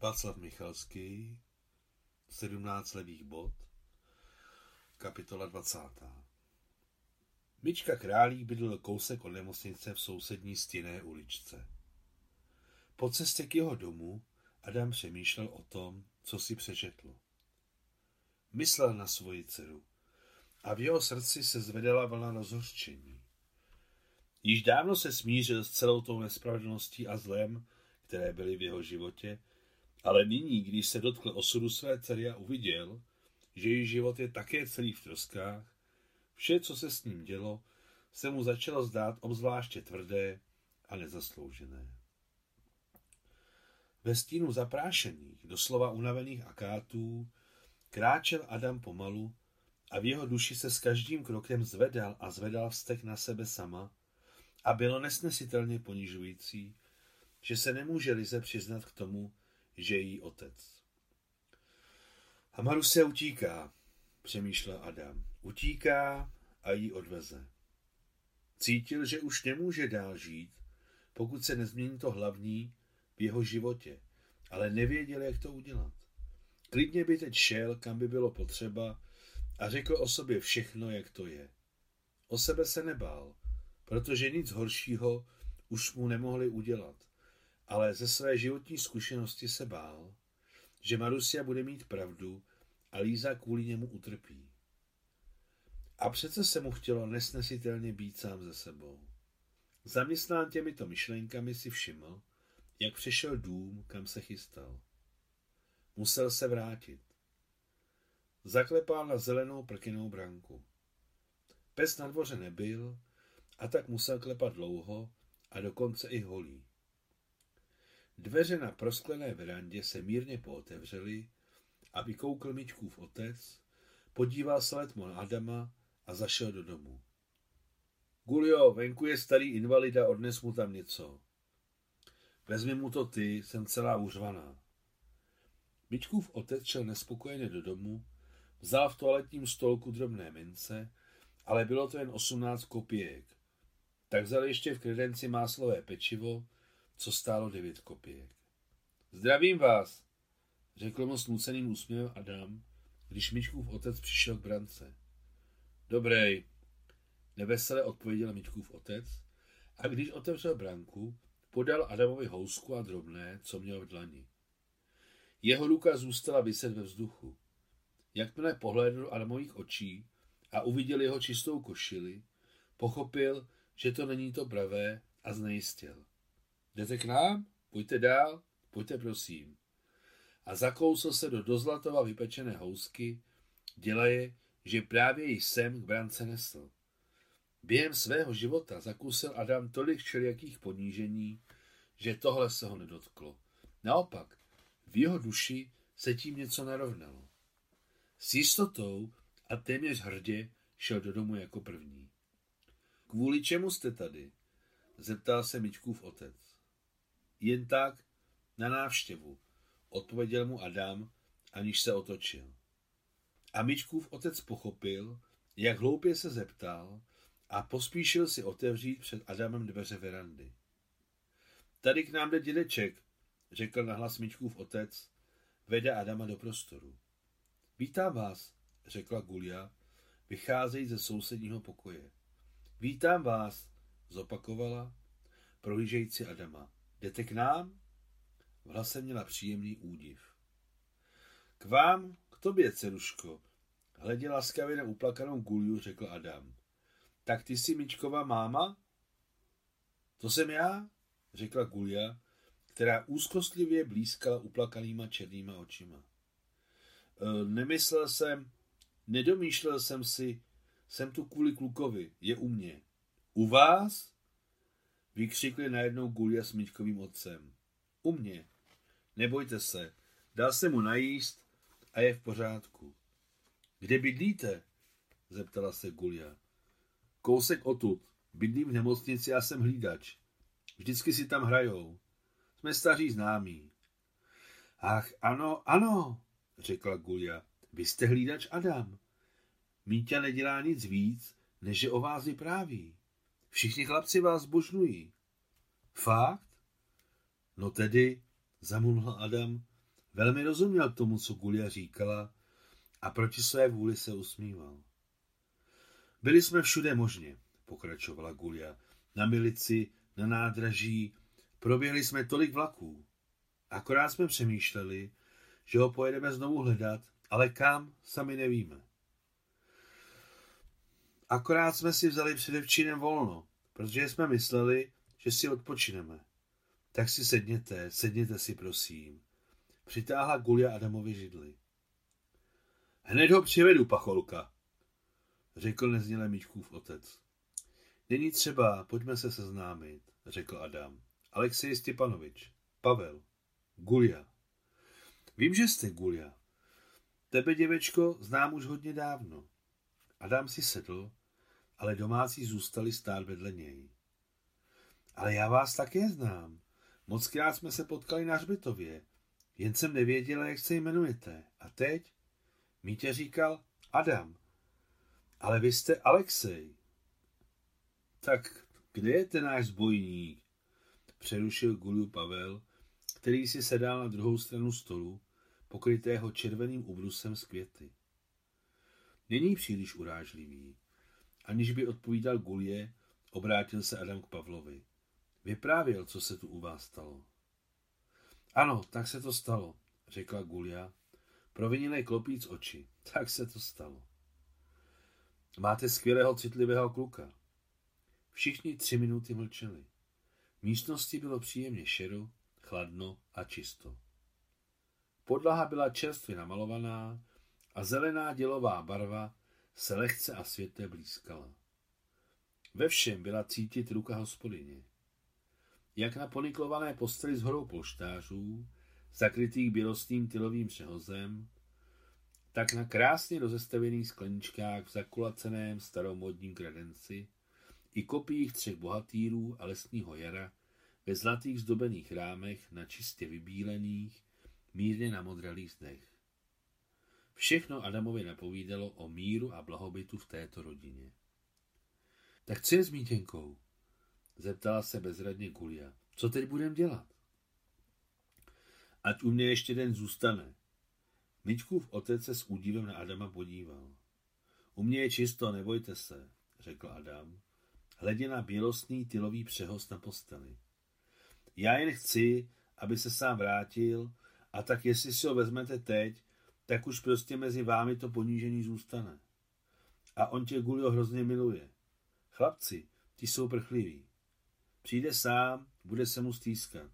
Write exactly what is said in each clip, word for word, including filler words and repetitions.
Václav Michalský, sedmnáct levých bod, kapitola dvacátá. Mička Králík bydlel kousek od nemocnice v sousední stinné uličce. Po cestě k jeho domu Adam přemýšlel o tom, co si přečetl. Myslel na svoji dceru a v jeho srdci se zvedala vlna rozhořčení. Již dávno se smířil s celou tou nespravedlností a zlem, které byly v jeho životě, ale nyní, když se dotkl osudu své dcery a uviděl, že její život je také celý v troskách, vše, co se s ním dělo, se mu začalo zdát obzvláště tvrdé a nezasloužené. Ve stínu zaprášených, doslova unavených akátů, kráčel Adam pomalu a v jeho duši se s každým krokem zvedal a zvedal vztek na sebe sama a bylo nesnesitelně ponižující, že se nemůže Lize přiznat k tomu, že je jí otec. A Marusia utíká, přemýšlel Adam. Utíká a jí odveze. Cítil, že už nemůže dál žít, pokud se nezmění to hlavní v jeho životě, ale nevěděl, jak to udělat. Klidně by teď šel, kam by bylo potřeba a řekl o sobě všechno, jak to je. O sebe se nebál, protože nic horšího už mu nemohli udělat, ale ze své životní zkušenosti se bál, že Marusia bude mít pravdu a Líza kvůli němu utrpí. A přece se mu chtělo nesnesitelně být sám ze sebou. Zaměstnán těmito myšlenkami si všiml, jak přešel dům, kam se chystal. Musel se vrátit. Zaklepal na zelenou prkenou branku. Pes na dvoře nebyl a tak musel klepat dlouho a dokonce i holý. Dveře na prosklené verandě se mírně pootevřely a vykoukl Mičkův otec, podíval se letmo na Adama a zašel do domu. Gulio, venku je starý invalida, odnes mu tam něco. Vezmi mu to ty, jsem celá uřvaná. Mičkův otec šel nespokojeně do domu, vzal v toaletním stolku drobné mince, ale bylo to jen osmnáct kopějek. Tak vzal ještě v kredenci máslové pečivo, co stálo devět kopějek. Zdravím vás, řekl mu s nuceným úsměvem Adam, když Mičkův otec přišel k brance. Dobrej, nevesele odpověděl Mičkův otec a když otevřel branku, podal Adamovi housku a drobné, co měl v dlani. Jeho ruka zůstala viset ve vzduchu. Jakmile pohlédl do Adamových očí a uviděl jeho čistou košili, pochopil, že to není to pravé a znejistil. Jdete k nám? Pojďte dál? Pojďte prosím. A zakousl se do dozlatova vypečené housky, dělaje, že právě ji sem k brance nesl. Během svého života zakusil Adam tolik všelijakých ponížení, že tohle se ho nedotklo. Naopak, v jeho duši se tím něco narovnalo. S jistotou a téměř hrdě šel do domu jako první. Kvůli čemu jste tady? Zeptal se Mičkův otec. Jen tak, na návštěvu, odpověděl mu Adam, aniž se otočil. A Mičkův otec pochopil, jak hloupě se zeptal a pospíšil si otevřít před Adamem dveře verandy. Tady k nám jde dědeček, řekl nahlas Mičkův otec, vede Adama do prostoru. Vítám vás, řekla Gulia, vycházejí ze sousedního pokoje. Vítám vás, zopakovala, prohlížející Adama. Jdete k nám? V hlase měla příjemný údiv. K vám, k tobě, dceruško, hledě laskavě na uplakanou Guliu, řekl Adam. Tak ty jsi Mičkova máma? To jsem já, řekla Gulia, která úzkostlivě blízkala uplakanýma černýma očima. E, nemyslel jsem, nedomýšlel jsem si, jsem tu kvůli klukovi, je u mě. U vás? Vykřikli najednou Gulia s Mičkovým otcem. U mě. Nebojte se, dal jsem mu najíst a je v pořádku. Kde bydlíte? Zeptala se Gulia. Kousek odtud. Bydlím v nemocnici a jsem hlídač. Vždycky si tam hrajou. Jsme staří známí. Ach, ano, ano, řekla Gulia. Vy jste hlídač Adam. Míťa nedělá nic víc, než že o vás vypráví. Všichni chlapci vás zbožňují. Fakt? No tedy, zamumlal Adam Velmi rozuměl tomu, co Gulia říkala, a proti své vůli se usmíval. Byli jsme všude možně, pokračovala Gulia. Na milici, na nádraží, proběhli jsme tolik vlaků. Akorát jsme přemýšleli, že ho pojedeme znovu hledat, ale kam, sami nevíme. Akorát jsme si vzali předevčírem volno, protože jsme mysleli, že si odpočineme. Tak si sedněte, sedněte si, prosím. Přitáhla Gulia Adamovi židli. Hned ho přivedu, pacholka, řekl nezněle Míčkův otec. Není třeba, pojďme se seznámit, řekl Adam. Alexej Stěpanovič, Pavel, Gulia. Vím, že jste Gulia. Tebe, děvečko, znám už hodně dávno. Adam si sedl, ale domácí zůstali stát vedle něj. Ale já vás také znám. Mockrát jsme se potkali na hřbitově. Jen jsem nevěděla, jak se jmenujete. A teď? Mítě říkal Adam. Ale vy jste Alexej. Tak kde je ten náš zbojník? Přerušil Guliu Pavel, který si sedal na druhou stranu stolu, pokrytého červeným ubrusem z květy. Není příliš urážlivý. Aniž by odpovídal Gulie, obrátil se Adam k Pavlovi. Vyprávěl, co se tu u vás stalo. Ano, tak se to stalo, řekla Gulia, provinile klopíc oči. Tak se to stalo. Máte skvělého citlivého kluka. Všichni tři minuty mlčeli. V místnosti bylo příjemně šero, chladno a čisto. Podlaha byla čerstvě namalovaná a zelená dělová barva se lehce a světle blýskala. Ve všem byla cítit ruka hospodyně. Jak na poniklované posteli s horou polštářů, zakrytých bělostným tylovým přehozem, tak na krásně rozestavěných skleničkách v zakulaceném staromódním kredenci i kopiích třech bohatýrů a lesního jara ve zlatých zdobených rámech na čistě vybílených, mírně namodralých zdech. Všechno Adamovi napovídalo o míru a blahobytu v této rodině. Tak co je s Mítěnkou? Zeptala se bezradně Gulia. Co teď budem dělat? Ať u mě ještě den zůstane. Míčkův otec se s údivem na Adama podíval. U mě je čisto, nebojte se, řekl Adam, hledě na bělostný tylový přehoz na posteli. Já jen chci, aby se sám vrátil, a tak jestli si ho vezmete teď, tak už prostě mezi vámi to ponížení zůstane. A on tě, Gulio, hrozně miluje. Chlapci, ti jsou prchliví. Přijde sám, bude se mu stýskat.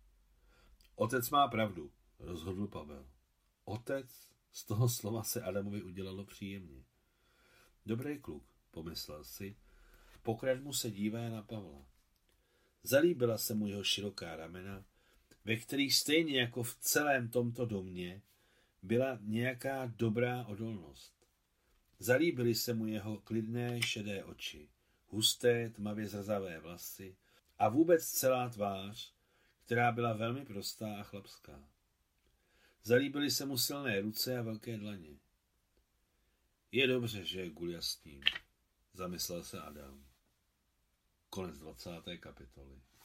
Otec má pravdu, rozhodl Pavel. Otec? Z toho slova se Adamovi udělalo příjemně. Dobrý kluk, pomyslel si, pokradmu se dívé na Pavla. Zalíbila se mu jeho široká ramena, ve kterých stejně jako v celém tomto domě byla nějaká dobrá odolnost. Zalíbily se mu jeho klidné šedé oči, husté tmavě zrzavé vlasy a vůbec celá tvář, která byla velmi prostá a chlapská. Zalíbily se mu silné ruce a velké dlaně. Je dobře, že je Gulia s ním, zamyslel se Adam. Konec dvacáté kapitoly.